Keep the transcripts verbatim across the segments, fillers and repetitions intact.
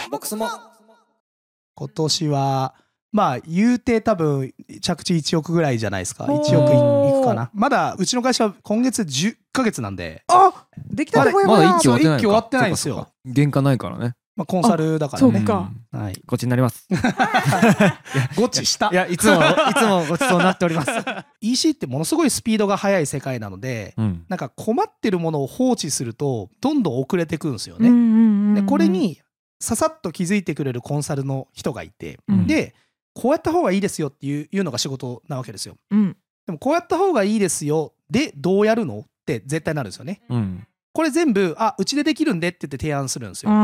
ボックスも今年はまあ言うて多分着地いちおくぐらいじゃないですか。いちおくいくかな。まだうちの会社は今月じゅっかげつなんで、 あ、できたてほやほや。 まだ一期終わってないのか。 一期終わってないんですよ。 そうかそうか原価ないからね。 まあ、コンサルだからね。 そうか。 はい。 こっちになります。 ゴチした。 いやいつもいつもごちそうになっております。 イーシー ってものすごいスピードが速い世界なので、うん、なんか困ってるものを放置するとどんどん遅れてくんですよね。うんうんうんうん、でこれにささっと気づいてくれるコンサルの人がいて、うん、でこうやった方がいいですよっていう、いうのが仕事なわけですよ。うん、でもこうやった方がいいですよでどうやるのって絶対なるんですよね。うん、これ全部あうちでできるんでって言って提案するんですよ。うん、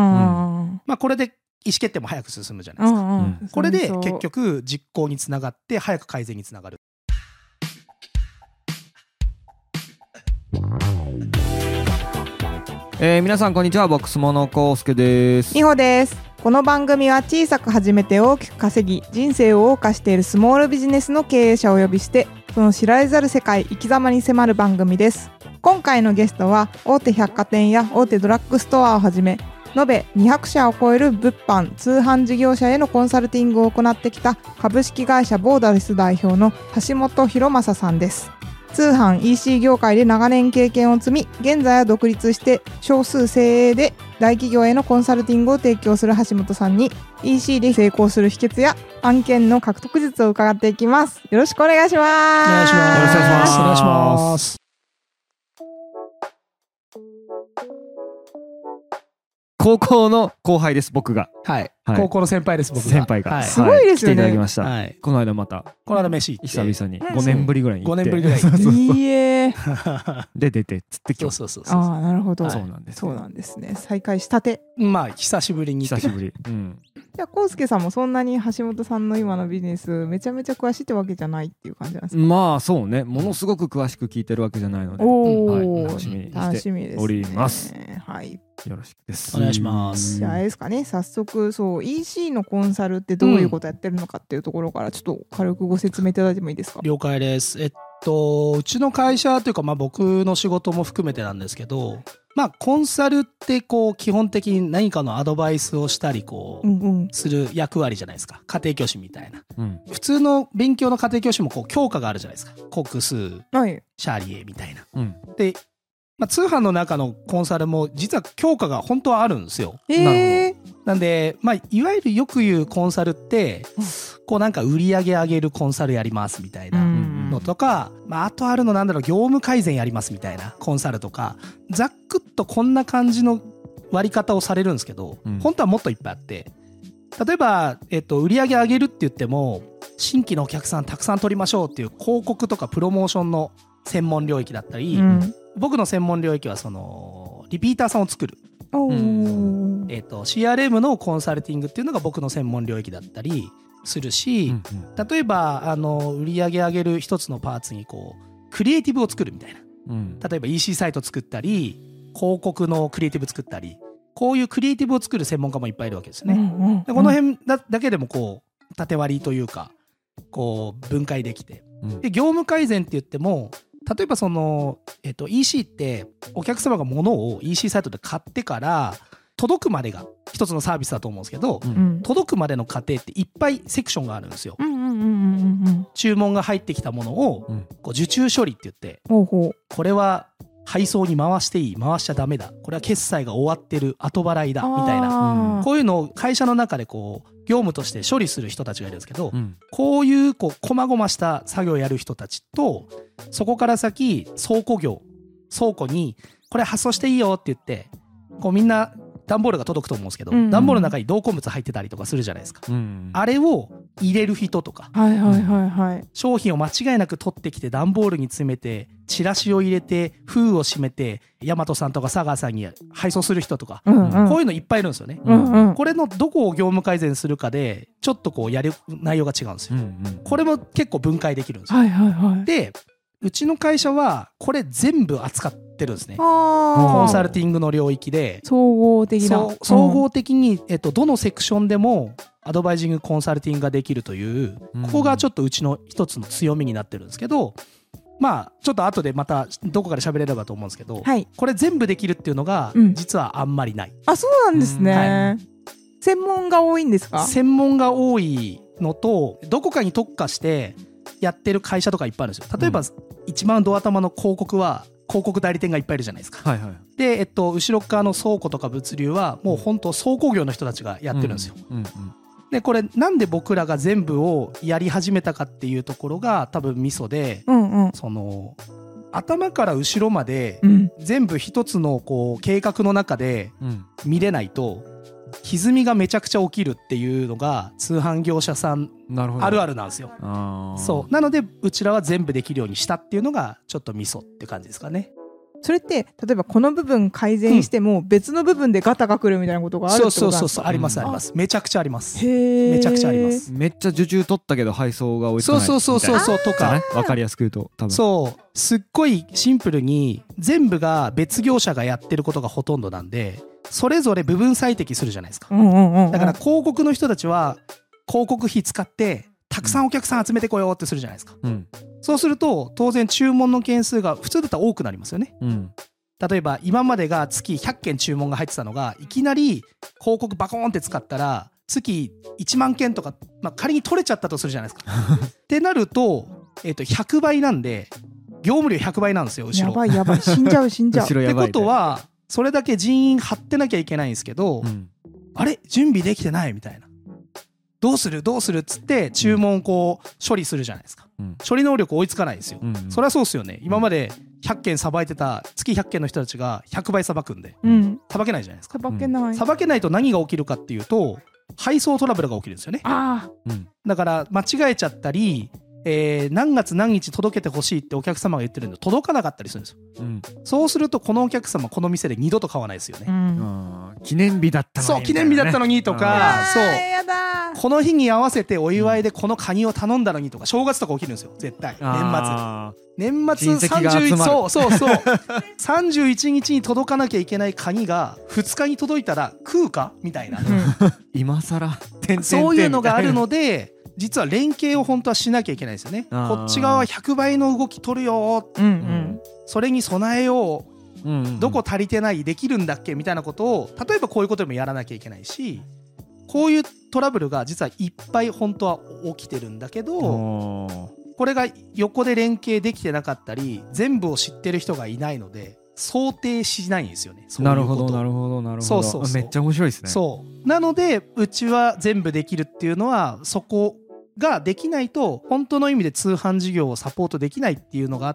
まあこれで意思決定も早く進むじゃないですか。うんうん、これで結局実行につながって早く改善につながる。 えー、皆さんこんにちは。ボックスモノコウスケです。 みほです。この番組は小さく始めて大きく稼ぎ人生を謳歌しているスモールビジネスの経営者をお呼びしてその知られざる世界生き様に迫る番組です。今回のゲストは大手百貨店や大手ドラッグストアをはじめ延べにひゃくしゃを超える物販通販事業者へのコンサルティングを行ってきた株式会社ボーダレス代表の橋本博正さんです。通販 イーシー 業界で長年経験を積み現在は独立して少数精鋭で大企業へのコンサルティングを提供する橋本さんに イーシー で成功する秘訣や案件の獲得術を伺っていきます。よろしくお願いします。 お願いします。よろしくお願いします。 高校の後輩です僕が。 はい。はい、高校の先輩です僕が。 先輩が、 はい、 すごいですよね。 来ていただきました。 はい、 この間また。 この間飯行って久々にごねんぶりぐらいに行って。 ごねんぶりぐらい行って。 いいえ。 で出てつって今日。 そうそうそうそう。 ああなるほど。 そうなんです。 そうなんですね。再会したて。 まあ久しぶりに。 久しぶり。うん。 じゃあコウスケさんもそんなに橋本さんの今のビジネスめちゃめちゃ詳しいってわけじゃないっていう感じなんですか。 まあそうね。ものすごく詳しく聞いてるわけじゃないので、はい、楽しみにしております。 はい。 よろしくです。 お願いします。 じゃああれですかね。早速そう イーシー のコンサルってどういうことやってるのかっていうところからちょっと軽くご説明いただいてもいいですか。 了解です。えっとうちの会社というかまあ僕の仕事も含めてなんですけど。まあコンサルってこう基本的に何かのアドバイスをしたりこうする役割じゃないですか。家庭教師みたいな、うん、普通の勉強の家庭教師もこう教科があるじゃないですか。国数、はい、シャーリエみたいな、うん、で、まあ、通販の中のコンサルも実は教科が本当はあるんですよ。 えー、なるほど。なんで、まあ、いわゆるよく言うコンサルって、うん、こうなんか売り上げ上げるコンサルやりますみたいなのとか、まあ、あとあるのなんだろう業務改善やりますみたいなコンサルとかざっくっとこんな感じの割り方をされるんですけど、うん、本当はもっといっぱいあって例えば、えっと、売り上げ上げるって言っても新規のお客さんたくさん取りましょうっていう広告とかプロモーションの専門領域だったり、うん、僕の専門領域はそのリピーターさんを作る、うんえっと、シーアールエム のコンサルティングっていうのが僕の専門領域だったりするし、うんうん、例えばあの売り上げ上げる一つのパーツにこうクリエイティブを作るみたいな、うん、例えば イーシー サイト作ったり広告のクリエイティブ作ったりこういうクリエイティブを作る専門家もいっぱいいるわけですね、うんうんうん、でこの辺 だ, だけでもこう縦割りというかこう分解できて、うん、で業務改善って言っても例えばその、えっと、イーシー ってお客様が物を イーシー サイトで買ってから届くまでが一つのサービスだと思うんですけど、うん、届くまでの過程っていっぱいセクションがあるんですよ、うんうんうんうん、注文が入ってきたものをこう受注処理って言って、うん、これは配送に回していい回しちゃダメだこれは決済が終わってる後払いだみたいなこういうのを会社の中でこう業務として処理する人たちがいるんですけど、うん、こういうこう細々した作業をやる人たちとそこから先倉庫業倉庫にこれ発送していいよって言ってこうみんな段ボールが届くと思うんですけど、うんうん、段ボールの中に同梱物入ってたりとかするじゃないですか、うんうん、あれを入れる人とか、はいはいはいはい、商品を間違いなく取ってきて段ボールに詰めてチラシを入れて封を閉めて大和さんとか佐川さんに配送する人とか、うんうん、こういうのいっぱいいるんですよね、うんうん、これのどこを業務改善するかでちょっとこうやる内容が違うんですよ、うんうん、これも結構分解できるんですよ、はいはいはい、でうちの会社はこれ全部扱ってるんですね。コンサルティングの領域で総合的な総合的に、えっと、どのセクションでもアドバイジングコンサルティングができるという、ここがちょっとうちの一つの強みになってるんですけど、まあちょっと後でまたどこかで喋れればと思うんですけど、はい、これ全部できるっていうのが実はあんまりない、 うん、あそうなんですね、 はい、 専門が多いんですか？ 専門が多いのと、どこかに特化してやってる会社とかいっぱいあるんですよ。例えば、うん、一番ド頭の広告は広告代理店がいっぱいいるじゃないですか、 はいはい、 で、えっと、後ろ側の倉庫とか物流はもう本当倉庫業の人たちがやってるんですよ、うんうんうん、でこれなんで僕らが全部をやり始めたかっていうところが多分ミソで、うんうん、その頭から後ろまで全部一つのこう計画の中で見れないと歪みがめちゃくちゃ起きるっていうのが通販業者さんあるあるなんですよ。そうなのでうちらは全部できるようにしたっていうのがちょっとミソって感じですかね。 それって例えばこの部分改善しても別の部分でガタが来るみたいなことがあるってことなんですか？ そうそうそう、ありますあります、うん、めちゃくちゃあります。へめちゃくちゃあります。 めっちゃ受注取ったけど配送が追いつかないみたいな。 そうそうそうそうとか分かりやすく言うと多分そうすっごいシンプルに全部が別業者がやってることがほとんどなんで、それぞれ部分最適するじゃないですか、うんうんうんうん、だから広告の人たちは広告費使ってたくさんお客さん集めてこようってするじゃないですか、うん、そうすると当然注文の件数が普通だったら多くなりますよね、うん、例えば今までが月ひゃっけん注文が入ってたのがいきなり広告バコーンって使ったら月いちまんけんとか、まあ、仮に取れちゃったとするじゃないですかってなると、えーとひゃくばいなんで業務量ひゃくばいなんですよ後ろ。 やばいやばい死んじゃう死んじゃうってことはそれだけ人員張ってなきゃいけないんですけど、うん、あれ準備できてないみたいな、どうするどうするっつって注文こう処理するじゃないですか、うん、処理能力追いつかないですよ、うんうん、そりゃそうですよね。今までひゃっけんさばいてた月ひゃっけんの人たちがひゃくばいさばくんで、うん、さばけないじゃないですか。 さばけないさばけないと何が起きるかっていうと配送トラブルが起きるんですよね。あ、うん、だから間違えちゃったりえー、何月何日届けてほしいってお客様が言ってるんで届かなかったりするんですよ、うん、そうするとこのお客様この店で二度と買わないですよね、うん、 記念日だったのに、 そう記念日だったのにとか、そうやだこの日に合わせてお祝いでこのカニを頼んだのにとか、正月とか起きるんですよ絶対。年末年末さんじゅういちそうそうそうさんじゅういちにちに届かなきゃいけないカニがふつかに届いたら食うかみたいな、うん、 今更そういうのがあるので実は連携を本当はしなきゃいけないですよね。こっち側はひゃくばいの動き取るよ、うんうん、それに備えよう、うんうん、どこ足りてないできるんだっけみたいなことを例えばこういうことでもやらなきゃいけないし、こういうトラブルが実はいっぱい本当は起きてるんだけど、これが横で連携できてなかったり全部を知ってる人がいないので想定しないんですよね。そういうこと。 なるほどなるほどなるほど。 そうそうそう、 めっちゃ面白いですね。 そうなのでうちは全部できるっていうのはそこができないと本当の意味で通販事業をサポートできないっていうのがあって、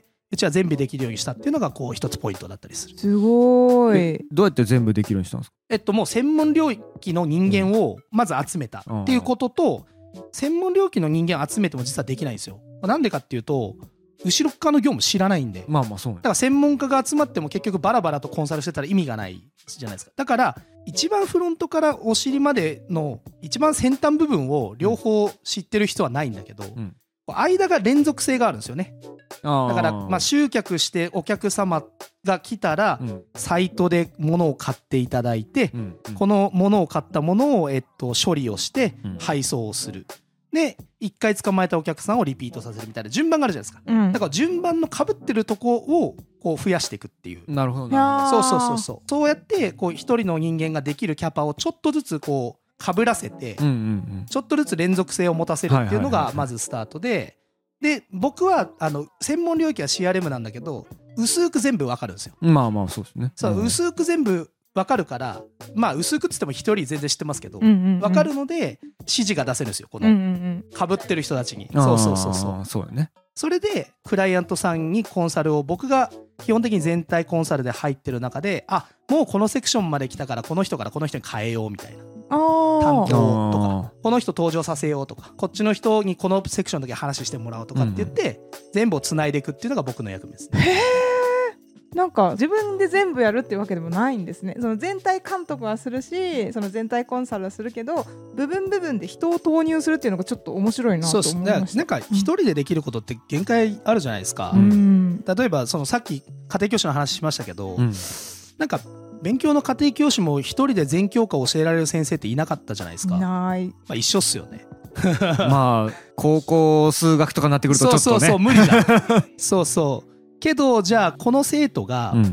うちは全部できるようにしたっていうのがこう一つポイントだったりする。 すごい。 どうやって全部できるようにしたんですか？ えっともう専門領域の人間をまず集めたっていうことと、うん、専門領域の人間を集めても実はできないんですよ。なんでかっていうと後ろ側の業務知らないんで、 まあまあそうね。 だから専門家が集まっても結局バラバラとコンサルしてたら意味がないじゃないですか。だから一番フロントからお尻までの一番先端部分を両方知ってる人はないんだけど、うん、間が連続性があるんですよね。だからまあ集客してお客様が来たらサイトで物を買っていただいて、うんうん、この物を買ったものをえっと処理をして配送をする、でいっかい捕まえたお客さんをリピートさせるみたいな順番があるじゃないですか、うん、だから順番の被ってるとこをこう増やしていくっていう。 なるほどなるほど。そうそうそうそう。そうやってこう一人の人間ができるキャパをちょっとずつこう被らせて、うんうんうん、ちょっとずつ連続性を持たせるっていうのがまずスタートで、で僕はあの専門領域は シーアールエム なんだけど薄く全部わかるんですよ。 まあまあそうですね。 そう、うん、薄く全部分かるから、まあ薄くっつっても一人全然知ってますけど、うんうんうん、分かるので指示が出せるんですよ、この被ってる人たちに、うんうんうん、そうそうそうそう。 そうだね。 それでクライアントさんにコンサルを僕が基本的に全体コンサルで入ってる中で、あもうこのセクションまで来たからこの人からこの人に変えようみたいな、担当とかこの人登場させようとかこっちの人にこのセクションだけ話してもらおうとかって言って、うん、全部をつないでいくっていうのが僕の役目ですね。 へー、なんか自分で全部やるっていうわけでもないんですね。その全体監督はするしその全体コンサルはするけど部分部分で人を投入するっていうのがちょっと面白いなと思いました。そうなんか一人でできることって限界あるじゃないですか、うん、例えばそのさっき家庭教師の話しましたけど、うん、なんか勉強の家庭教師も一人で全教科教えられる先生っていなかったじゃないですか。 ない、 まあ、一緒っすよねまあ高校数学とかになってくるとちょっとね、 そうそうそう無理だそうそうけどじゃあこの生徒が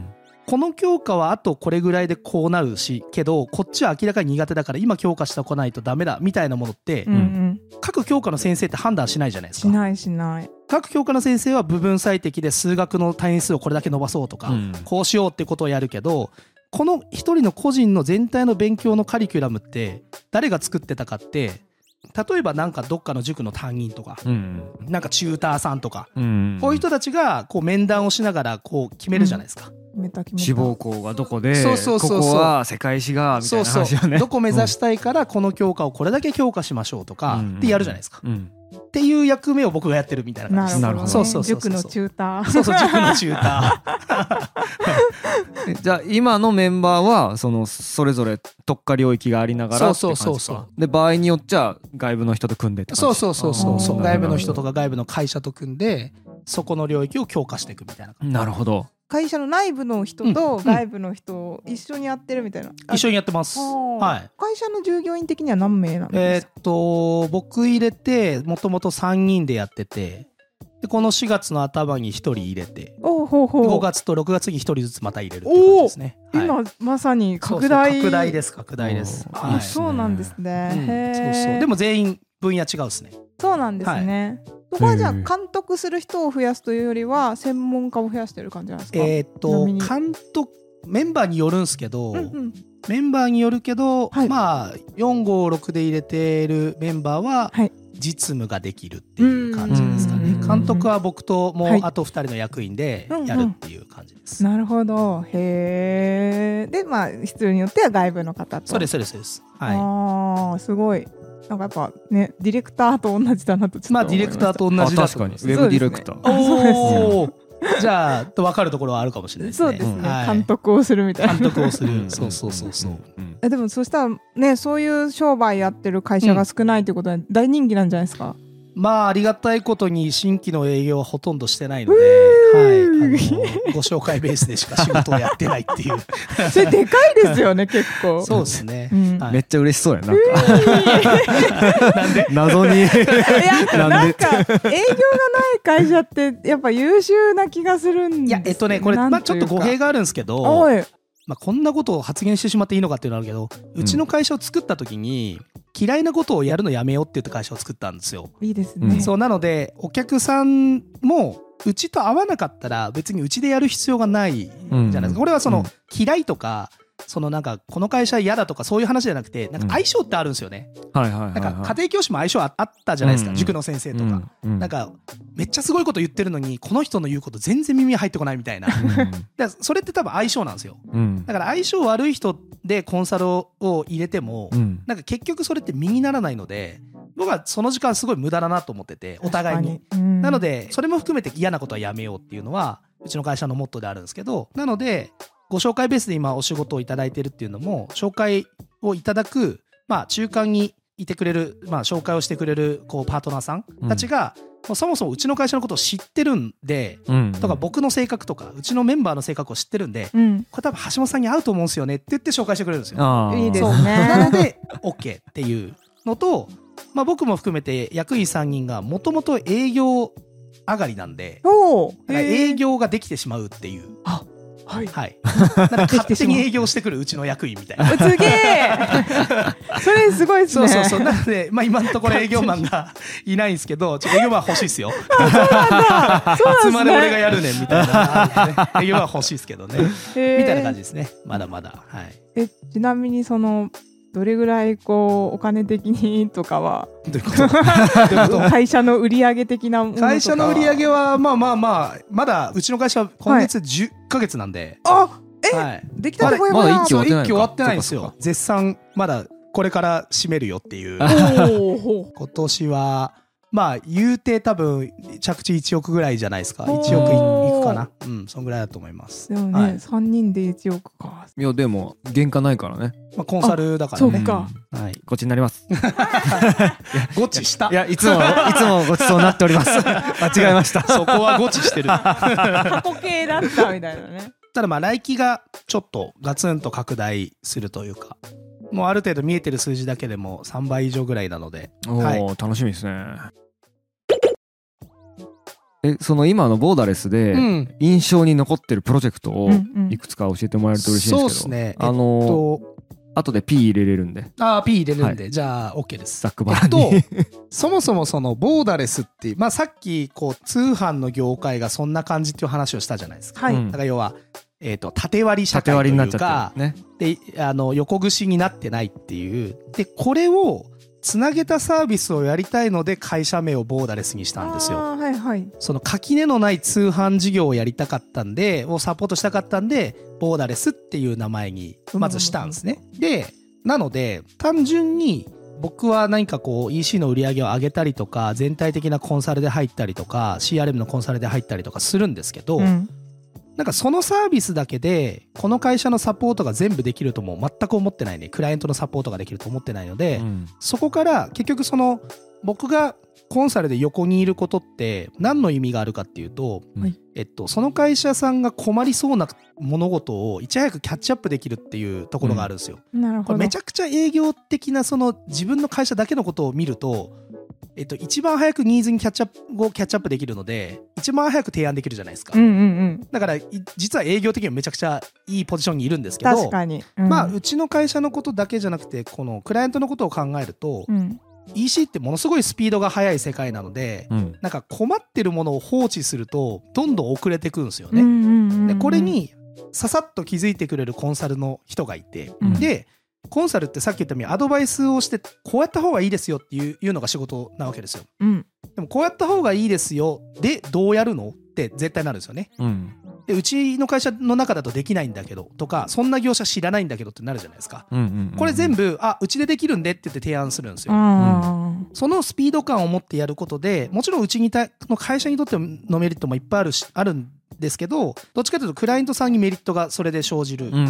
この教科はあとこれぐらいでこうなるしけどこっちは明らかに苦手だから今強化してこないとダメだみたいなものって、 うんうん、 各教科の先生って判断しないじゃないですか。 しないしない。 各教科の先生は部分最適で数学の単位数をこれだけ伸ばそうとか、うん、こうしようってことをやるけど、この一人の個人の全体の勉強のカリキュラムって誰が作ってたかって、例えばなんかどっかの塾の担任とか、うん、なんかチューターさんとか、うん、こういう人たちがこう面談をしながらこう決めるじゃないですか、うん、 志望校がどこで、そうそうそうそう、ここは世界史がみたいな話よね。そうそう、 どこ目指したいからこの教科をこれだけ強化しましょうとかってやるじゃないですか、うんうん、っていう役目を僕がやってるみたいな感じです。 なるほど、ね、そうそうそうそう、塾のチューターそうそう、塾のチューターじゃあ今のメンバーはそのそれぞれ特化領域がありながらって感じですか。そうそうそうそう。で場合によっちゃ外部の人と組んでって感じ。 そうそうそうそうそう、外部の人とか外部の会社と組んでそこの領域を強化していくみたいな感じ。 なるほど。 会社の内部の人と外部の人を一緒にやってるみたいな、うんうん、一緒にやってます、はい、 会社の従業員的には何名なんですか。 えー、っと僕入れてもともとさんにんでやってて、でこのしがつの頭にひとり入れて、おほうほう、ごがつとろくがつにひとりずつまた入れるって感じですね、 はい、今まさに拡大。 そうそう、拡大です拡大です、 はい、そうなんですね、うん、 へー、そうそう。でも全員分野違うですね。 そうなんですね、はい、そこはじゃあ監督する人を増やすというよりは専門家を増やしてる感じなんですか。 えー、っと監督メンバーによるんすけど、うんうん、メンバーによるけど、はい、まあよんごろくで入れてるメンバーは実務ができるっていう感じですかね。監督は僕ともうあとふたりの役員でやるっていう感じです、 はい、うんうん、なるほど、へー。でまあ必要によっては外部の方と。 そうですそうですそうです、はい、 あーすごい。なんかやっぱねディレクターと同じだなとちょっと思いました。 まあディレクターと同じだと。 確かにウェブディレクター、 おーじゃあ分かるところはあるかもしれないですね。 そうですね、はい、監督をするみたいな。 監督をするそうそうそうそう、 えでもそしたらねそういう商売やってる会社が少ないということは大人気なんじゃないですか。 まあありがたいことに新規の営業はほとんどしてないので、はい、あのご紹介ベースでしか仕事をやってないっていうそれでかいですよね結構。 そうですね、 うんはい、めっちゃ嬉しそうやなんかなんで謎にいやなんか営業がない会社ってやっぱ優秀な気がするんです。 いやえっとねこれ、まあ、ちょっと語弊があるんですけど、まあ、こんなことを発言してしまっていいのかっていうのはあるけど、うちの会社を作った時に、うん、嫌いなことをやるのやめようって言った会社を作ったんですよ。 いいですね、 うん、そうなのでお客さんもうちと合わなかったら別にうちでやる必要がないじゃないですか、うん、これはその嫌いとかそのなんかこの会社嫌だとかそういう話じゃなくて、なんか相性ってあるんですよね。なんか家庭教師も相性あったじゃないですか、うん、塾の先生とか、うんうん、なんかめっちゃすごいこと言ってるのにこの人の言うこと全然耳入ってこないみたいな、うん、だからそれって多分相性なんですよ、うん、だから相性悪い人でコンサルを入れても、うん、なんか結局それって身にならないので、僕はその時間すごい無駄だなと思ってて、お互いに、うん、なのでそれも含めて嫌なことはやめようっていうのはうちの会社のモットーであるんですけど、なのでご紹介ベースで今お仕事をいただいてるっていうのも、紹介をいただく、まあ、中間にいてくれる、まあ、紹介をしてくれるこうパートナーさんたちが、うん、もうそもそもうちの会社のことを知ってるんで、うん、とか僕の性格とかうちのメンバーの性格を知ってるんで、うん、これ多分橋本さんに合うと思うんですよねって言って紹介してくれるんですよ。 いいですね。 なので OK っていうのと、まあ、僕も含めて役員さんにんがもともと営業上がりなんで、だから営業ができてしまうっていう。 あはい、 はい、なんか勝手に営業してくるうちの役員みたいなすげえそれすごいですね。 そうそうそう。なので、まあ、今のところ営業マンがいないんですけど、ちょっと営業マン欲しいですよそうなんだそうなんですね。 いつまで俺がやるねんみたいな、ね、営業マン欲しいですけどねみたいな感じですね。まだまだ、はい、 えちなみにそのどれぐらいこうお金的にとかはどういうこと会社の売上的なものとか。 会社の売上はまあまあまあまだうちの会社は今月じゅっかげつなんで、 はい、あえ、はい、できたてほやほや。 まだ一期終わってないんですよ。絶賛まだこれから締めるよっていう今年はまあ言うて多分着地いちおくぐらいじゃないですか。いちおくいくかな、うん、そんぐらいだと思います。 でもね、はい、さんにんでいちおくか。 いやでも原価ないからね、 まあ、コンサルだからね。 そうか、 はい、 ごちになりますごちした。 いやいつもいつもごちそうになっております間違えましたそこはごちしてる過去形だったみたいなね。 ただまあ来期がちょっとガツンと拡大するというか、もうある程度見えてる数字だけでもさんばい以上ぐらいなので、 おー、はい、楽しみですね。 えその今のボーダレスで印象に残ってるプロジェクトをいくつか教えてもらえると嬉しいんですけど、 そうですね、 あのーえっと後で P 入れれるんで。 ああ P 入れるんで、はい、じゃあ OK です。 ざっくばらんに、 えっと、そもそもそのボーダレスっていう、まあ、さっきこう通販の業界がそんな感じっていう話をしたじゃないですか、はい、だから要は、えー、と縦割り社会というか、ね、であの横串になってないっていう。でこれをつなげたサービスをやりたいので会社名をボーダレスにしたんですよ。 あ、はいはい、 その垣根のない通販事業をやりたかったんでをサポートしたかったんでボーダレスっていう名前にまずしたんですね、うん、でなので単純に僕は何かこう イーシー の売り上げを上げたりとか全体的なコンサルで入ったりとか シーアールエム のコンサルで入ったりとかするんですけど、うん、なんかそのサービスだけでこの会社のサポートが全部できるとも全く思ってないね。クライアントのサポートができると思ってないので、うん、そこから結局その僕がコンサルで横にいることって何の意味があるかっていうと、はい、えっと、その会社さんが困りそうな物事をいち早くキャッチアップできるっていうところがあるんですよ、 うん、なるほど。 これめちゃくちゃ営業的なその自分の会社だけのことを見ると、えっと、一番早くニーズにキャッチアップをキャッチアップできるので一番早く提案できるじゃないですか、 うんうんうん、 だから実は営業的にはめちゃくちゃいいポジションにいるんですけど、 確かに、 うん、まあうちの会社のことだけじゃなくてこのクライアントのことを考えると、うん、イーシー ってものすごいスピードが速い世界なので、うん、なんか困ってるものを放置するとどんどん遅れてくんですよね、うんうんうんうん、でこれにささっと気づいてくれるコンサルの人がいて、うん、でコンサルってさっき言ったようにアドバイスをしてこうやった方がいいですよっていう、いうのが仕事なわけですよ、うん、でもこうやった方がいいですよでどうやるのって絶対なるんですよね、うん、でうちの会社の中だとできないんだけどとかそんな業者知らないんだけどってなるじゃないですか、うんうんうんうん、これ全部あうちでできるんでって言って提案するんですよ、うん、そのスピード感を持ってやることでもちろんうちにたの会社にとってのメリットもいっぱいあるしあるんですけど、どっちかというとクライアントさんにメリットがそれで生じる、うんうんうん、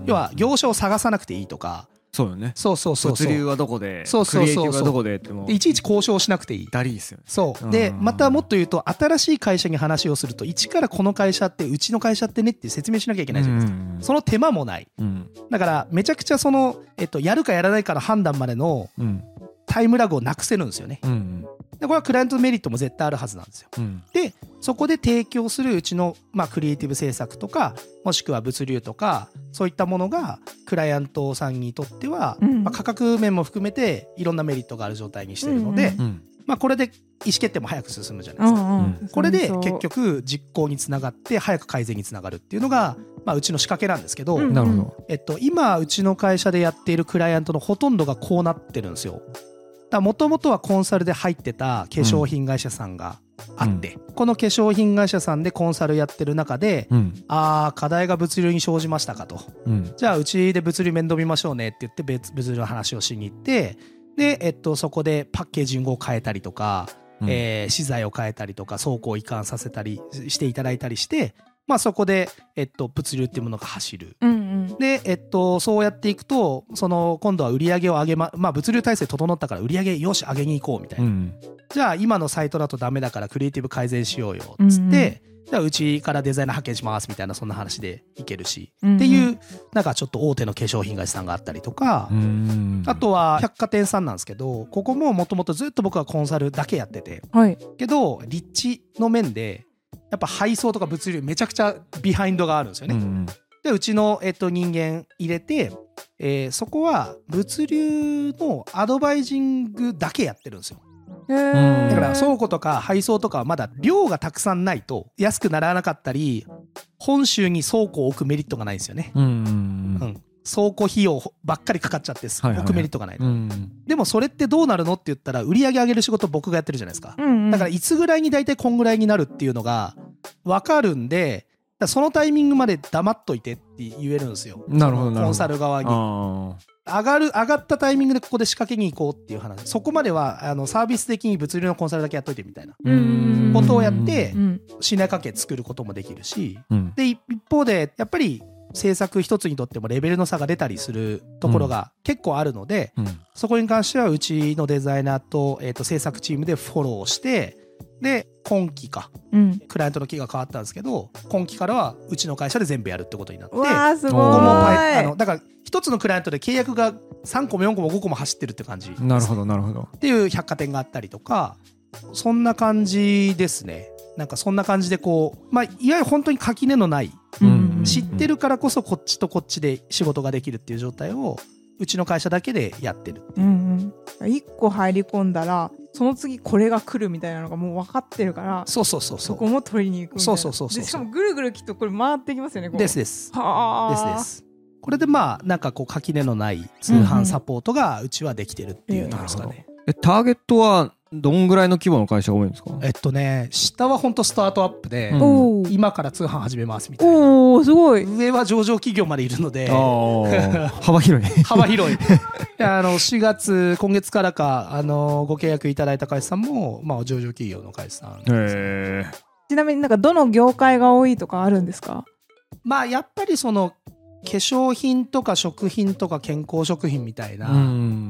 要は業者を探さなくていいとか、 そうよね、 そうそうそうそう、 物流はどこでそうそうそうそう、 クリエイティブはどこでってもいちいち交渉しなくていい、 ダリーですよね。 そうでまたもっと言うと新しい会社に話をすると一からこの会社ってうちの会社ってねって説明しなきゃいけないじゃないですか、うんうん、その手間もない、うん、だからめちゃくちゃその、えっと、やるかやらないかの判断までのタイムラグをなくせるんですよね、うんうん、でこれはクライアントのメリットも絶対あるはずなんですよ、うん、でそこで提供するうちの、まあ、クリエイティブ制作とかもしくは物流とかそういったものがクライアントさんにとっては、うんまあ、価格面も含めていろんなメリットがある状態にしてるので、うんうんまあ、これで意思決定も早く進むじゃないですか、うんうん、これで結局実行につながって早く改善につながるっていうのが、まあ、うちの仕掛けなんですけど、うんうん、えっと、今うちの会社でやっているクライアントのほとんどがこうなってるんですよ。もともとはコンサルで入ってた化粧品会社さんがあって、うん、この化粧品会社さんでコンサルやってる中で、うん、あー課題が物流に生じましたかと、うん、じゃあうちで物流面倒見ましょうねって言って別物流の話をしに行ってで、えっと、そこでパッケージングを変えたりとか、うんえー、資材を変えたりとか倉庫を移管させたりしていただいたりしてまあ、そこで、えっと、物流っていうものが走る、うんうん、で、えっと、そうやっていくとその今度は売り上げを上げま、まあ、物流体制整ったから売り上げよし上げに行こうみたいな、うん、じゃあ今のサイトだとダメだからクリエイティブ改善しようよっつって、うんうん、じゃあうちからデザイナー派遣しますみたいなそんな話でいけるし、うんうん、っていうなんかちょっと大手の化粧品会社さんがあったりとか、うん、あとは百貨店さんなんですけどここももともとずっと僕はコンサルだけやってて、はい、けど立地の面でやっぱ配送とか物流めちゃくちゃビハインドがあるんですよね、うんうん、でうちの、えっと、人間入れて、えー、そこは物流のアドバイジングだけやってるんですよ。だから倉庫とか配送とかはまだ量がたくさんないと安くならなかったり本州に倉庫を置くメリットがないんですよね、うんうんうん、倉庫費用ばっかりかかっちゃって置くメリットがない、はいはいはい、でもそれってどうなるのって言ったら売り上げ上げる仕事僕がやってるじゃないですか、うんうん、だからいつぐらいに大体こんぐらいになるっていうのが分かるんでそのタイミングまで黙っといてって言えるんですよ。なるほどコンサル側に上がる上がったタイミングでここで仕掛けに行こうっていう話そこまではあのサービス的に物流のコンサルだけやっといてみたいなことをやって信頼関係作ることもできるし、うん、で一方でやっぱり制作一つにとってもレベルの差が出たりするところが結構あるので、うん、そこに関してはうちのデザイナーと、えーと制作チームでフォローしてで今期か、うん、クライアントの期が変わったんですけど今期からはうちの会社で全部やるってことになってわーすごいあのだから一つのクライアントで契約がさんこもよんこもごこも走ってるって感じなるほどなるほどっていう百貨店があったりとかそんな感じですね。 なんかそんな感じでこう、まあ、いわゆる本当に垣根のない、 うん、 知ってるからこそこっちとこっちで仕事ができるっていう状態をうちの会社だけでやってるっていう、 うんうん、いっこ入り込んだらその次これが来るみたいなのがもう分かってるから、 そうそうそうそう、 そこも取りに行くみたいな。 そうそうそうそう、 でしかもぐるぐるきっとこれ回ってきますよね。こうですですはあですです。これでまあなんかこう垣根のない通販サポートがうちはできてるっていうのですかね、 うんうん、えターゲットはどんぐらいの規模の会社が多いんですか？ えっとね下は本当スタートアップで、 うん、 今から通販始めますみたいな。 おーすごい。 上は上場企業までいるので幅広い幅広いあのしがつ今月からかあのご契約いただいた会社さんも、まあ、上場企業の会社さん、 へー。 ちなみになんかどの業界が多いとかあるんですか？ まあやっぱりその化粧品とか食品とか健康食品みたいな、うん、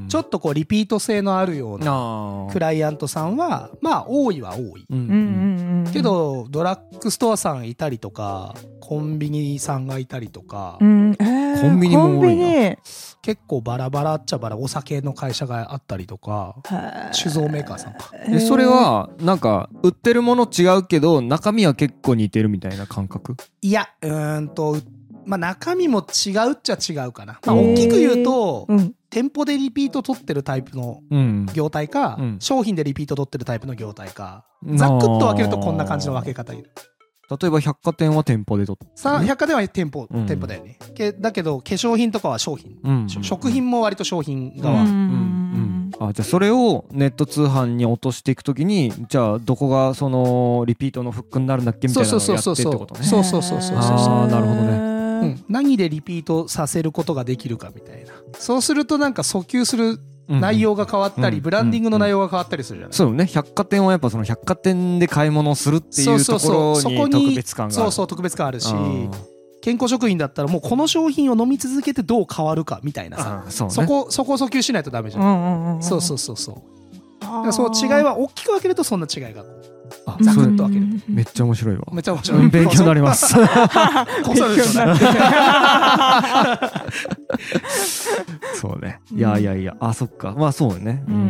ちょっとこうリピート性のあるようなクライアントさんはまあ多いは多い、うんうんうん、けどドラッグストアさんいたりとかコンビニさんがいたりとか、 うんえー、 コンビニも多いな。 結構バラバラっちゃバラお酒の会社があったりとか酒造メーカーさんか。 でそれはなんか売ってるもの違うけど中身は結構似てるみたいな感覚？ いやうーんとまあ、中身も違うっちゃ違うかな、まあ、大きく言うと、うん、店舗でリピート取ってるタイプの業態か、うん、商品でリピート取ってるタイプの業態か、うん、ざっくっと分けるとこんな感じの分け方。例えば百貨店は店舗で取って、 さあ百貨店は店舗、うん、店舗だよね。けだけど化粧品とかは商品、うん、食品も割と商品側、うんうんうん、あじゃあそれをネット通販に落としていくときにじゃあどこがそのリピートのフックになるんだっけみたいなのをやってってことね。 そうそうそうそうそうそうそうそう。 ああなるほどね。 うん、何でリピートさせることができるかみたいな。そうするとなんか訴求する内容が変わったり、うん、ブランディングの内容が変わったりするじゃない。 そうね。百貨店はやっぱその百貨店で買い物をするっていうところに特別感がある。 そうそう特別感あるし、健康食品だったらもうこの商品を飲み続けてどう変わるかみたいなさ、そ,、ね、そこそこを訴求しないとダメじゃん。うんうんうん、そうそうそうそう。だからその違いは大きく分けるとそんな違いがあざくっと分ける。 めっちゃ面白いわ。 めっちゃ面白い。 勉強になります。コンサルティングそうね。いやいやいや、あそっか。まあそうね。うん。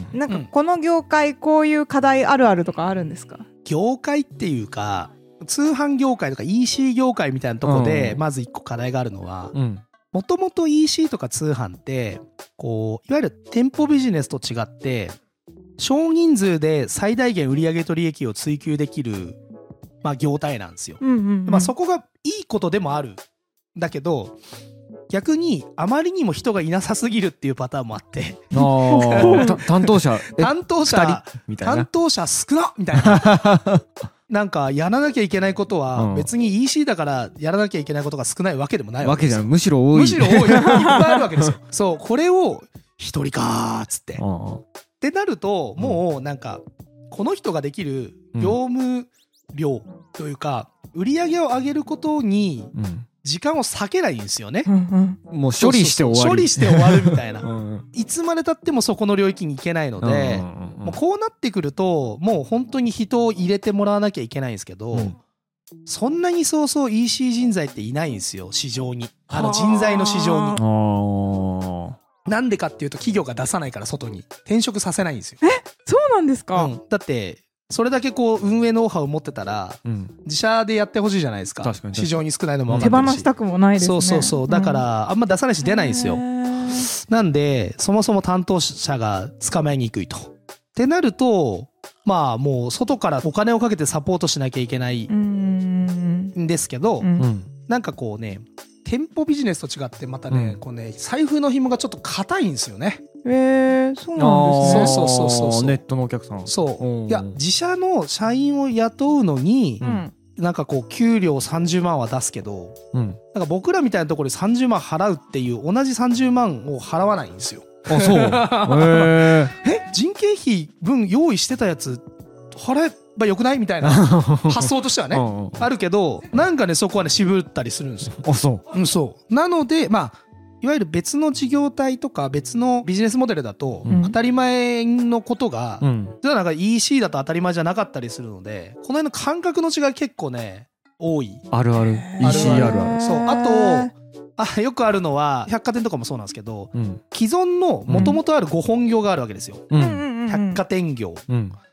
なんかこの業界こういう課題あるあるとかあるんですか？ 業界っていうか通販業界とか イーシー 業界みたいなとこでまず一個課題があるのは、もともと イーシー とか通販ってこういわゆる店舗ビジネスと違って少人数で最大限売上と利益を追求できる、まあ、業態なんですよ、うんうんうん、まあ、そこがいいことでもあるんだけど逆にあまりにも人がいなさすぎるっていうパターンもあってあ担当者担当者みたいな担当者少なみたいななんかやらなきゃいけないことは別に イーシー だからやらなきゃいけないことが少ないわけでもないわけですよ。 わけじゃん、むしろ多いむしろ多いいっぱいあるわけですよ。そうこれを一人かーっつってってなるともうなんかこの人ができる業務量というか売り上げを上げることに時間を割けないんですよね、うんうん、もう処理して終わり処理して終わるみたいなうん、いつまで経ってもそこの領域に行けないので、うんうん、もうこうなってくるともう本当に人を入れてもらわなきゃいけないんですけど、うん、そんなにそうそう イーシー 人材っていないんですよ市場にあの人材の市場に。なんでかっていうと企業が出さないから外に転職させないんですよ。 え、そうなんですか、 うん、だってそれだけこう運営ノウハウを持ってたら、うん、自社でやってほしいじゃないですか。確かに市場に少ないのも分かってるし手放したくもないですね。 そうそうそうだから、うん、あんま出さないし出ないんですよ。なんでそもそも担当者が捕まえにくいとってなるとまあもう外からお金をかけてサポートしなきゃいけないんですけど、うん、なんかこうね店舗ビジネスと違ってまたね、うん、こうね財布の紐がちょっと硬いんですよね。 へー、そうなんですね。 そうそうそうそうネットのお客さん。 そういや自社の社員を雇うのに、うん、なんかこう給料さんじゅうまんは出すけど、うん、なんか僕らみたいなところでさんじゅうまん払うっていう同じさんじゅうまんを払わないんですよ。 あ、そう。へー。 え、人件費分用意してたやつ払えばよくないみたいな発想としてはねうん、うん、あるけどなんかねそこはね渋ったりするんですよ。 あ、そう、 うん、そうなのでまあいわゆる別の事業体とか別のビジネスモデルだと当たり前のことが、うん、実はなんか イーシー だと当たり前じゃなかったりするのでこの辺の感覚の違い結構ね多い。 あるある イーシー あるある。 そうあとあよくあるのは百貨店とかもそうなんですけど、うん、既存のもともとあるご本業があるわけですよ、うん、百貨店業、うん、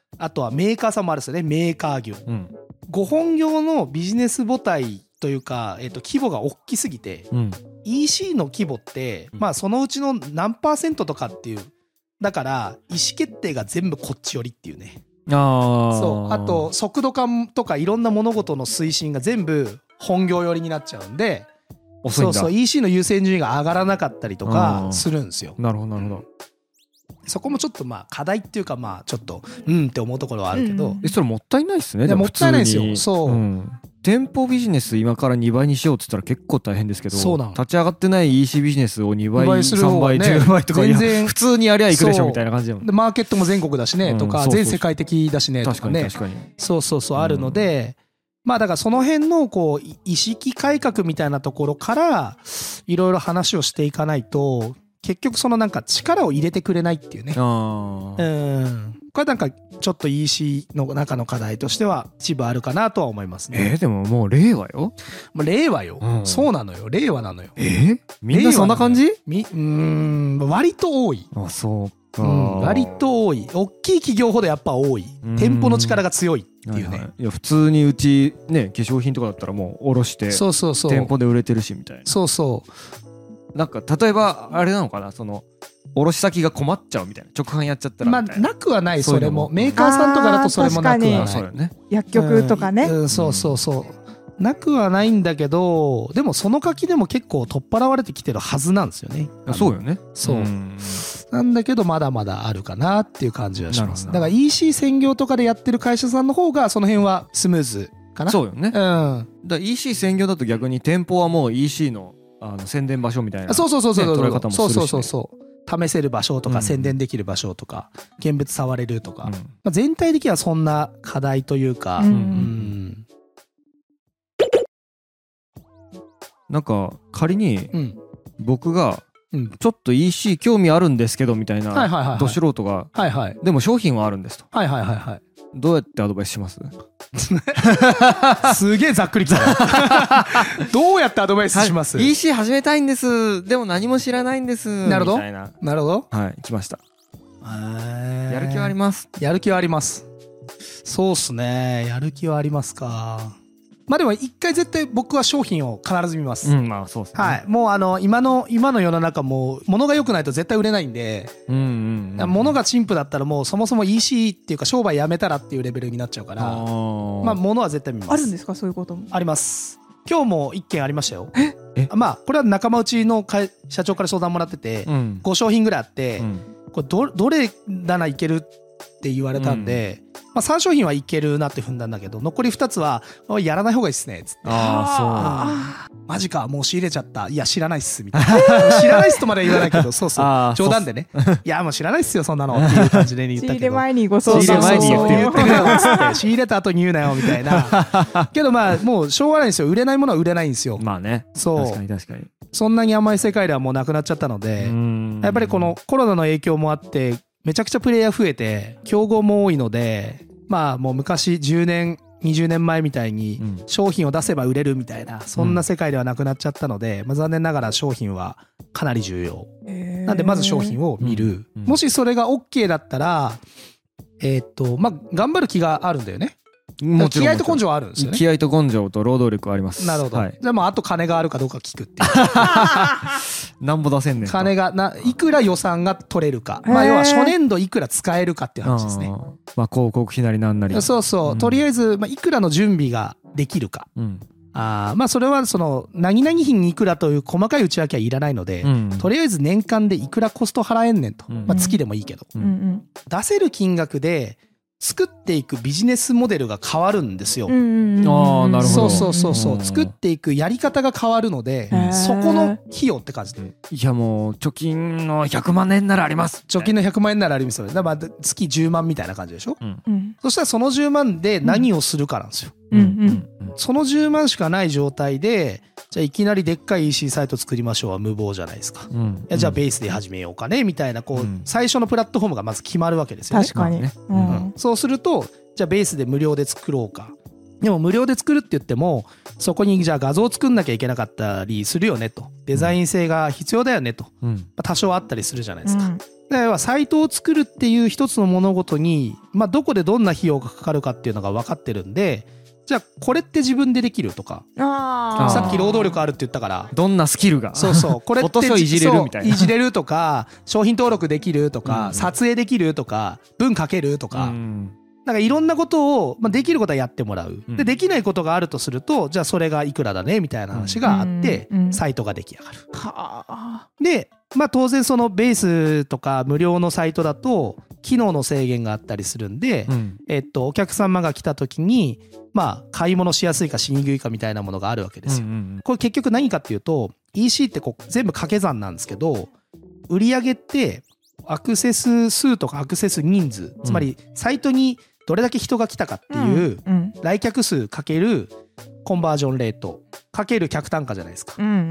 あとはメーカーさんもあるんですよね。メーカー業、 うん、 ご本業のビジネス母体というか、えっと、規模が大きすぎて、うん、イーシー の規模って、まあそのうちの何パーセントとかっていう、だから意思決定が全部こっち寄りっていうね。あそう。あと速度感とかいろんな物事の推進が全部本業寄りになっちゃうんで、遅いんだ。そうそう イーシー の優先順位が上がらなかったりとかするんですよ。 なるほどなるほど。 そこもちょっとまあ課題っていうか、まあちょっとうんって思うところはあるけど、 えそれもったいないですね。 でももったいないですよ。そう、うん、 店舗ビジネス今からにばいにしようって言ったら結構大変ですけど、立ち上がってない イーシー ビジネスをにばいさんばいじゅうばいとか全然普通にやりゃいくでしょみたいな感じで、 でマーケットも全国だしねとか、全世界的だしねとかね、 確かに確かにそうそうそうあるので、まあだからその辺のこう意識改革みたいなところからいろいろ話をしていかないと、結局そのなんか力を入れてくれないっていうね。あうんこれなんかちょっと イーシー の中の課題としては一部あるかなとは思いますね。 えー、でももう令和よ。 もう令和よ、うん、そうなのよ、令和なのよ。 えー、みんなそんな感じ？ みうーん割と多い。 あそうか、 うん、割と多い。大きい企業ほどやっぱ多い。店舗の力が強いっていうね。はいはい、 いや普通にうちね化粧品とかだったらもう卸してそうそうそう店舗で売れてるしみたいな。 そうそう。 なんか例えばあれなのかな、その卸先が困っちゃうみたいな、直販やっちゃったらみたいな。 まあなくはない。それもメーカーさんとかだとそれもなくはない。 そうよね、薬局とかね、 うんうん、そうそうそうなくはないんだけど、でもその柿でも結構取っ払われてきてるはずなんですよね。 そうよね。 そう、うん、なんだけどまだまだあるかなっていう感じはします。だから イーシー 専業とかでやってる会社さんの方がその辺はスムーズかな。 そうよね、うん、だから イーシー 専業だと逆に店舗はもう イーシー のあの宣伝場所みたいな、ね、 そうそうそうそう捉え方もするし、ね、 そうそうそう試せる場所とか、うん、宣伝できる場所とか現物触れるとか、うんまあ、全体的にはそんな課題というか、うんうん、 なんか仮に僕がちょっと イーシー 興味あるんですけどみたいなど素人が、はいはい、でも商品はあるんですと、 はいはいはいはい、 どうやってアドバイスします？ すげえざっくりきたどうやってアドバイスします？ イーシー 始めたいんです、でも何も知らないんです、 なるほどみたいな。 なるほど、 はい来ました。やる気はあります。 やる気はあります。そうっすね、やる気はありますか。まあでも一回絶対僕は商品を必ず見ます。 うん、まあそうですね。 はい。もうあの今の今の世の中も物が良くないと絶対売れないんで、うんうんうん、物が陳腐だったらもうそもそも イーシー っていうか商売やめたらっていうレベルになっちゃうから、まあ物は絶対見ます。 あるんですか、そういうことも？ あります。今日も一件ありましたよ。え？まあこれは仲間内の社長から相談もらってて、うん、ご商品ぐらいあって、うん、これ ど, どれならいけるって言われたんで、うんまあ、さん商品はいけるなって踏んだんだけど、残りふたつはやらない方がいいっすねっつって。ああそう、マジかもう仕入れちゃった、いや知らないっすみたいな知らないっすとまでは言わないけど、そうそう冗談でねいやもう知らないっすよそんなのっていう感じで言ったけど、 仕入れ前にご相談、 仕入れ前に言って言ってくれよっつって仕入れた後に言うなよみたいなけどまあもうしょうがないんですよ、売れないものは売れないんですよ。 まあね、 そう確かに確かにそんなに甘い世界ではもうなくなっちゃったので、やっぱりこのコロナの影響もあってめちゃくちゃプレイヤー増えて競合も多いので、まあもう昔じゅうねんにじゅうねんまえみたいに商品を出せば売れるみたいなそんな世界ではなくなっちゃったので、まあ、残念ながら商品はかなり重要なんで、まず商品を見る、もしそれが OK だったらえっとまあ頑張る気があるんだよね。もちろん気合と根性はあるんですよね。 気合と根性と労働力はあります。 なるほど、はい、じゃあもうあと金があるかどうか聞くっていうなんぼ出せんねん。 金がないくら予算が取れるか、まあ要は初年度いくら使えるかっていう話ですね。 まあ広告費なりなんなり、 そうそう、うん、とりあえずまあいくらの準備ができるか、うん、あまあそれはその何々品にいくらという細かい内訳はいらないので、うん、とりあえず年間でいくらコスト払えんねんと、うん、まあ月でもいいけど、うん、出せる金額で作っていくビジネスモデルが変わるんですよ。ああ、 なるほど。 そうそうそうそう。作っていくやり方が変わるので、そこの費用って感じで。 いやもう貯金のひゃくまんえんならあります。 貯金のひゃくまんえんならありますよね。だから月じゅうまんみたいな感じでしょ。うん、そしたらそのじゅうまんで何をするかなんですよ。うんうん、そのじゅうまんしかない状態で、じゃあいきなりでっかい イーシー サイト作りましょうは無謀じゃないですか。うん、いやじゃあベースで始めようかねみたいな、こう、うん、最初のプラットフォームがまず決まるわけですよね。 確かに。うんうん、そうするとじゃあベースで無料で作ろうか。でも無料で作るって言ってもそこにじゃあ画像を作んなきゃいけなかったりするよねと、デザイン性が必要だよねと、うん、多少あったりするじゃないですか。うん、 ではサイトを作るっていう一つの物事に、まあ、どこでどんな費用がかかるかっていうのが分かってるんで、じゃあこれって自分でできるとか、 あさっき労働力あるって言ったからどんなスキルがそうそうこれってフォトショーいじれるみたいな、 そういじれるとか商品登録できるとか、 うん、 撮影できるとか文書けるとか、 うん、 なんかいろんなことを、まあ、できることはやってもらう、 うん、 でできないことがあるとすると、じゃあそれがいくらだねみたいな話があって、 うんうん、 サイトが出来上がる。 はあ。 でまあ当然そのベースとか無料のサイトだと機能の制限があったりするんで、うん、えっとお客様が来た時にまあ買い物しやすいかしにくいかみたいなものがあるわけですよ。うんうん、これ結局何かっていうと イーシー ってこう全部掛け算なんですけど、売上ってアクセス数とかアクセス人数、つまりサイトにどれだけ人が来たかっていう来客数かけるコンバージョンレートかける客単価じゃないですか、うんうんうん、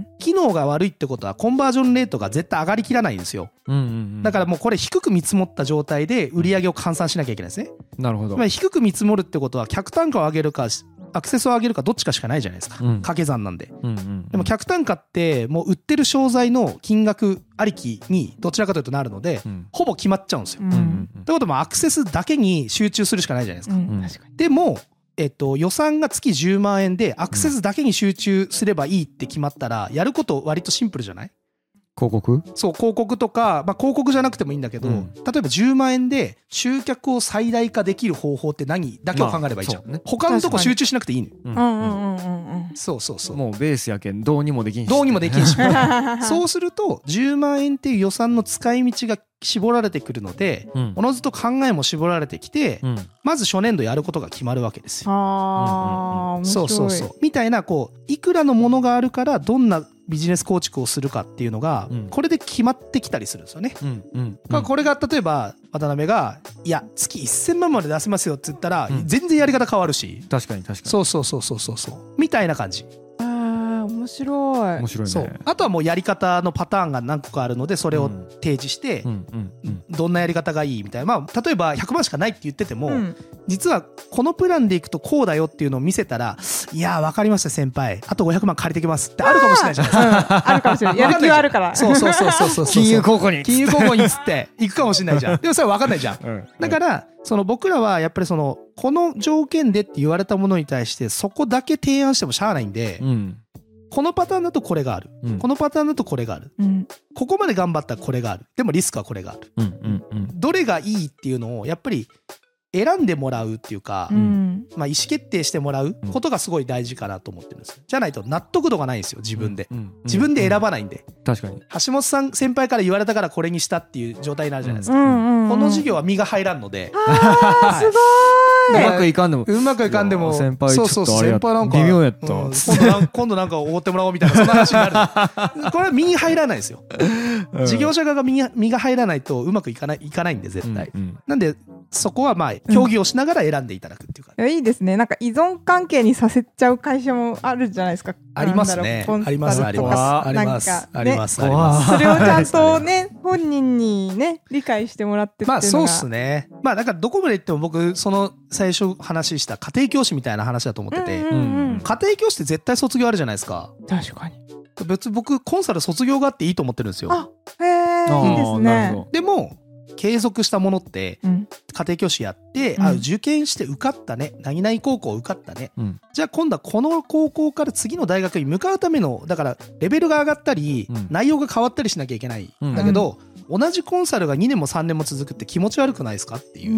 機能が悪いってことはコンバージョンレートが絶対上がりきらないんですよ、うんうんうん、だからもうこれ低く見積もった状態で売り上げを換算しなきゃいけないですね。 なるほど。 つまり低く見積もるってことは客単価を上げるかアクセスを上げるかどっちかしかないじゃないですか、うん、掛け算なんで、うんうんうん、でも客単価ってもう売ってる商材の金額ありきにどちらかというとなるので、うん、ほぼ決まっちゃうんですよ、うんうんうん、ということはアクセスだけに集中するしかないじゃないですか、うん、確かに。でもえっと、予算が月じゅうまんえんでアクセスだけに集中すればいいって決まったらやること割とシンプルじゃない？ 広告？ そう広告とか、まあ、広告じゃなくてもいいんだけど、うん、例えばじゅうまんえんで集客を最大化できる方法って何だけを考えればいいじゃん、まあね、他のとこ集中しなくていいのよ、うんうんうんうん、そうそうそう、 もうベースやけんどうにもできんしどうにもできんしそうするとじゅうまんえんっていう予算の使い道が絞られてくるので、うん、おのずと考えも絞られてきて、うん、まず初年度やることが決まるわけですよ。 あー、面白い。 そうそうそうみたいな、こういくらのものがあるからどんなビジネス構築をするかっていうのが、うん、これで決まってきたりするんですよね、うんうんうん、これが例えば渡辺がいや月せんまんまで出せますよって言ったら、うん、全然やり方変わるし、 確かに確かに、 そうそうそうそうそうそうみたいな感じ。 面白い。 面白いね。 そう。あとはもうやり方のパターンが何個かあるのでそれを提示して、うんうんうん、どんなやり方がいいみたいな、まあ例えばひゃくまんしかないって言ってても、うん、実はこのプランでいくとこうだよっていうのを見せたら、いや分かりました先輩、あとごひゃくまん借りてきますってあるかもしれないじゃないですか。 あるかもしれない。やる気はあるから。 そうそうそうそうそうそう。 金融公庫に金融公庫にっつって行くかもしれないじゃん。でもそれは分かんないじゃん。うん、だからその僕らはやっぱりそのこの条件でって言われたものに対してそこだけ提案してもしゃあないんで。うん、このパターンだとこれがある、うん、このパターンだとこれがある、うん、ここまで頑張ったらこれがある、でもリスクはこれがある、うんうんうん、どれがいいっていうのをやっぱり選んでもらうっていうか、うん、まあ、意思決定してもらうことがすごい大事かなと思ってるんですよ。じゃないと納得度がないんですよ自分で、うんうん、自分で選ばないんで、 うん、確かに橋本さん先輩から言われたからこれにしたっていう状態になるじゃないですか、うんうんうん、この授業は身が入らんので、 あーすごいうまくいかんでもうまくいかんでも先輩ちょっとあれやった微妙やった、うん、 今度なん今度なんかおごってもらおうみたいなそんな話になるこれは身に入らないですよ、うん、事業者側が身が身が入らないとうまくいかないいかないんで絶対、うんうん、なんでそこはまあ協議をしながら選んでいただくっていうか、 うん、いやいいですね。なんか依存関係にさせちゃう会社もあるじゃないですか。 ありますね。ありますありますありますありますあります。 それをちゃんとね本人にね理解してもらってっていうのが、 まあそうっすね。まあだからどこまで言っても僕その最初話した家庭教師みたいな話だと思ってて、うんうんうん、家庭教師って絶対卒業あるじゃないですか。 確かに。 別に僕コンサル卒業があっていいと思ってるんですよ。 あ、へえ、いいですね。 でも継続したものって、うん、家庭教師やって、うん、あ受験して受かったね、何々高校受かったね、うん、じゃあ今度はこの高校から次の大学に向かうための、だからレベルが上がったり、うん、内容が変わったりしなきゃいけない、うん、だけど、うん、同じコンサルがにねんもさんねんも続くって気持ち悪くないですかっていう、うん、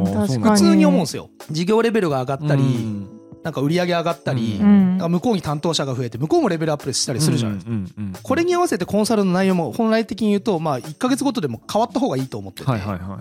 普通に思うんですよ。事業レベルが上がったり、うんなんか売り上げ上がったり、うん、なんか向こうに担当者が増えて向こうもレベルアップしたりするじゃないですか、うんうんうんうん、これに合わせてコンサルの内容も本来的に言うと、まあ、いっかげつごとでも変わった方がいいと思ってて、はいはいはいはい、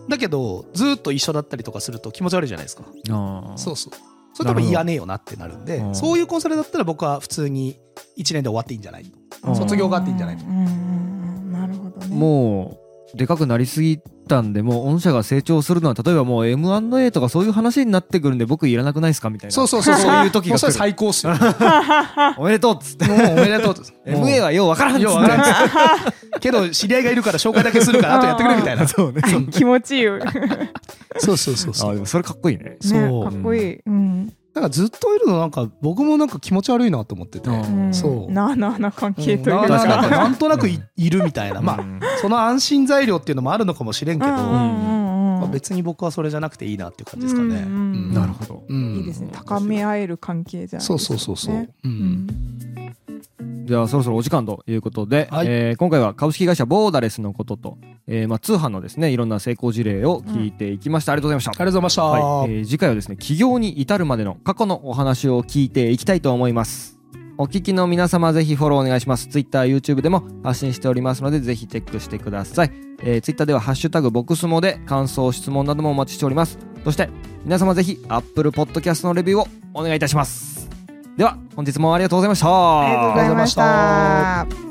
だけどずっと一緒だったりとかすると気持ち悪いじゃないですか。あそうそう、それ多分嫌ねえよなってなるんで、そういうコンサルだったら僕は普通にいちねんで終わっていいんじゃないと、卒業があっていいんじゃないと。 うんなるほどね。 もうでかくなりすぎたんで、もう御社が成長するのは例えばもう エムアンドエー とかそういう話になってくるんで僕いらなくないですかみたいな、 そうそうそうそういう時が来る。 それ最高っすよおめでとうっつってもうおめでとうエムエー はようわからんっつってけど知り合いがいるから紹介だけするからあとやってくれみたいなそうね気持ちいいそうそうそうそう。 あでもそれかっこいいね。 そう、ね、かっこいい、うん、 なんかずっといるのなんか僕もなんか気持ち悪いなと思ってて、 うんそうなあなあな関係といううんなか、 んかなんとなく い, いるみたいな、まあその安心材料っていうのもあるのかもしれんけど、 うんうんうんうん、 まあ、別に僕はそれじゃなくていいなっていう感じですかね。 うんうんうんなるほど、 うん、 いいですね。高め合える関係じゃないですか、ね、 そうそうそうそう、ううんんじゃあそろそろお時間ということで、 はいえー今回は株式会社ボーダレスのことと、えーまあ、通販のですねいろんな成功事例を聞いていきました、ありがとうございました。 ありがとうございました、 はいえー次回はですね起業に至るまでの過去のお話を聞いていきたいと思います。お聞きの皆様ぜひフォローお願いします。 Twitter、YouTube でも発信しておりますのでぜひチェックしてください。えー、Twitter ではハッシュタグボクスモで感想質問などもお待ちしております。そして皆様ぜひ Apple Podcast のレビューをお願いいたします。では本日もありがとうございました。 ありがとうございました。